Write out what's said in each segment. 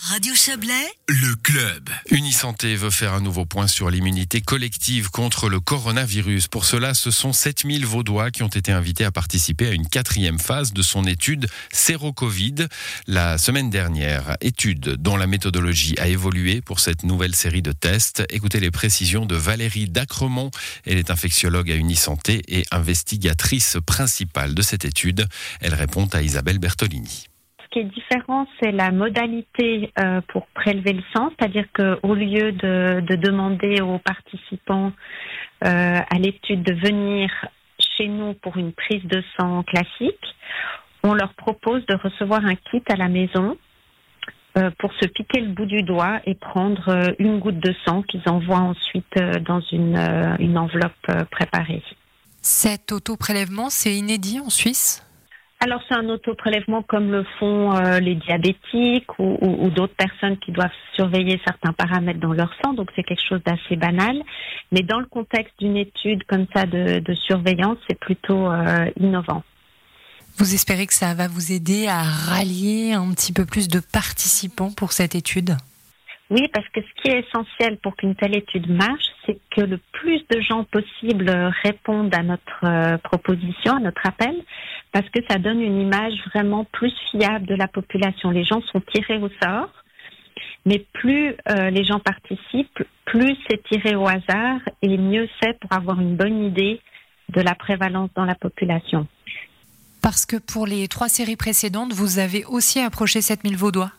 Radio Chablais, le club. Unisanté veut faire un nouveau point sur l'immunité collective contre le coronavirus. Pour cela, ce sont 7000 Vaudois qui ont été invités à participer à une 4e phase de son étude Sérocovid. La semaine dernière, étude dont la méthodologie a évolué pour cette nouvelle série de tests. Écoutez les précisions de Valérie Dacremont. Elle est infectiologue à Unisanté et investigatrice principale de cette étude. Elle répond à Isabelle Bertolini. Ce qui est différent, c'est la modalité pour prélever le sang, c'est-à-dire qu'au lieu de demander aux participants à l'étude de venir chez nous pour une prise de sang classique, on leur propose de recevoir un kit à la maison pour se piquer le bout du doigt et prendre une goutte de sang qu'ils envoient ensuite dans une enveloppe préparée. Cet autoprélèvement, c'est inédit en Suisse ? Alors c'est un autoprélèvement comme le font les diabétiques ou d'autres personnes qui doivent surveiller certains paramètres dans leur sang, donc c'est quelque chose d'assez banal. Mais dans le contexte d'une étude comme ça de surveillance, c'est plutôt innovant. Vous espérez que ça va vous aider à rallier un petit peu plus de participants pour cette étude ? Oui, parce que ce qui est essentiel pour qu'une telle étude marche, c'est que le plus de gens possible répondent à notre proposition, à notre appel, parce que ça donne une image vraiment plus fiable de la population. Les gens sont tirés au sort, mais plus les gens participent, plus c'est tiré au hasard et mieux c'est pour avoir une bonne idée de la prévalence dans la population. Parce que pour les 3 séries précédentes, vous avez aussi approché 7000 Vaudois.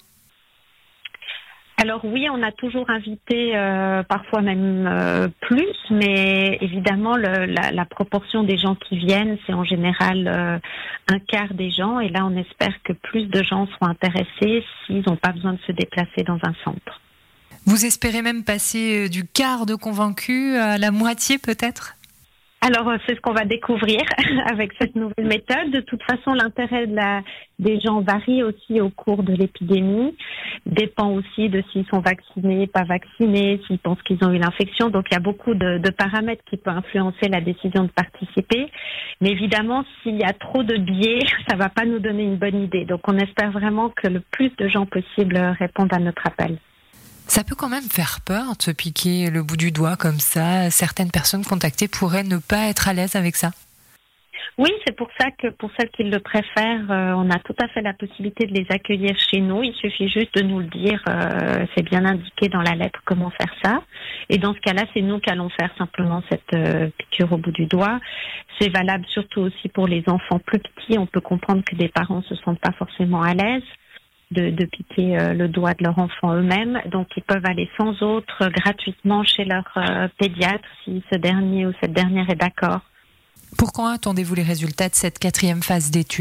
Alors oui, on a toujours invité, parfois même plus, mais évidemment la proportion des gens qui viennent, c'est en général un quart des gens. Et là, on espère que plus de gens seront intéressés s'ils n'ont pas besoin de se déplacer dans un centre. Vous espérez même passer du quart de convaincus à la moitié peut-être ? Alors, c'est ce qu'on va découvrir avec cette nouvelle méthode. De toute façon, l'intérêt des gens varie aussi au cours de l'épidémie. Dépend aussi de s'ils sont vaccinés, pas vaccinés, s'ils pensent qu'ils ont eu l'infection. Donc, il y a beaucoup de paramètres qui peuvent influencer la décision de participer. Mais évidemment, s'il y a trop de biais, ça va pas nous donner une bonne idée. Donc, on espère vraiment que le plus de gens possible répondent à notre appel. Ça peut quand même faire peur de se piquer le bout du doigt comme ça. Certaines personnes contactées pourraient ne pas être à l'aise avec ça. Oui, c'est pour ça que pour celles qui le préfèrent, on a tout à fait la possibilité de les accueillir chez nous. Il suffit juste de nous le dire, c'est bien indiqué dans la lettre comment faire ça. Et dans ce cas-là, c'est nous qui allons faire simplement cette piqûre au bout du doigt. C'est valable surtout aussi pour les enfants plus petits. On peut comprendre que des parents se sentent pas forcément à l'aise de piquer le doigt de leur enfant eux-mêmes. Donc, ils peuvent aller sans autre gratuitement chez leur pédiatre si ce dernier ou cette dernière est d'accord. Pour quand attendez-vous les résultats de cette 4e phase d'étude ?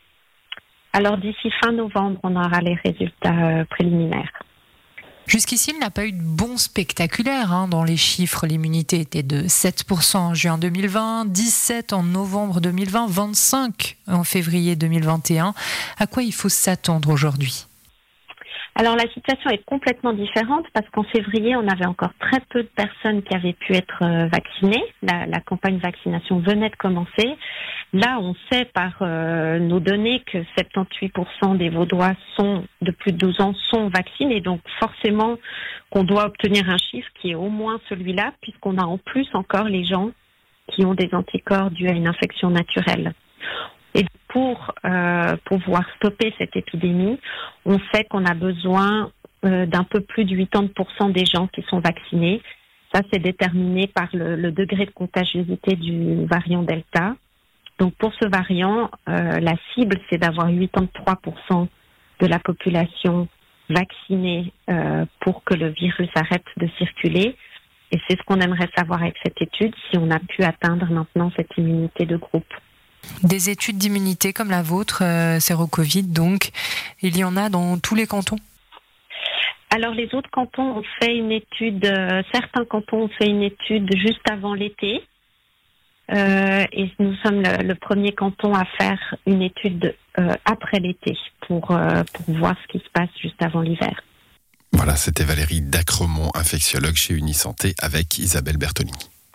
Alors, d'ici fin novembre, on aura les résultats préliminaires. Jusqu'ici, il n'a pas eu de bond spectaculaire dans les chiffres. L'immunité était de 7% en juin 2020, 17% en novembre 2020, 25% en février 2021. À quoi il faut s'attendre aujourd'hui ? Alors la situation est complètement différente parce qu'en février, on avait encore très peu de personnes qui avaient pu être vaccinées. La campagne de vaccination venait de commencer. Là, on sait par nos données que 78% des Vaudois de plus de 12 ans sont vaccinés. Donc forcément qu'on doit obtenir un chiffre qui est au moins celui-là, puisqu'on a en plus encore les gens qui ont des anticorps dus à une infection naturelle. Et pour pouvoir stopper cette épidémie, on sait qu'on a besoin d'un peu plus de 80% des gens qui sont vaccinés. Ça, c'est déterminé par le degré de contagiosité du variant Delta. Donc, pour ce variant, la cible, c'est d'avoir 83% de la population vaccinée pour que le virus arrête de circuler. Et c'est ce qu'on aimerait savoir avec cette étude, si on a pu atteindre maintenant cette immunité de groupe. Des études d'immunité comme la vôtre, Sérocovid, donc, il y en a dans tous les cantons ? Alors, les autres cantons ont fait une étude, certains cantons ont fait une étude juste avant l'été. Et nous sommes le premier canton à faire une étude après l'été pour voir ce qui se passe juste avant l'hiver. Voilà, c'était Valérie Dacremont, infectiologue chez Unisanté avec Isabelle Bertolini.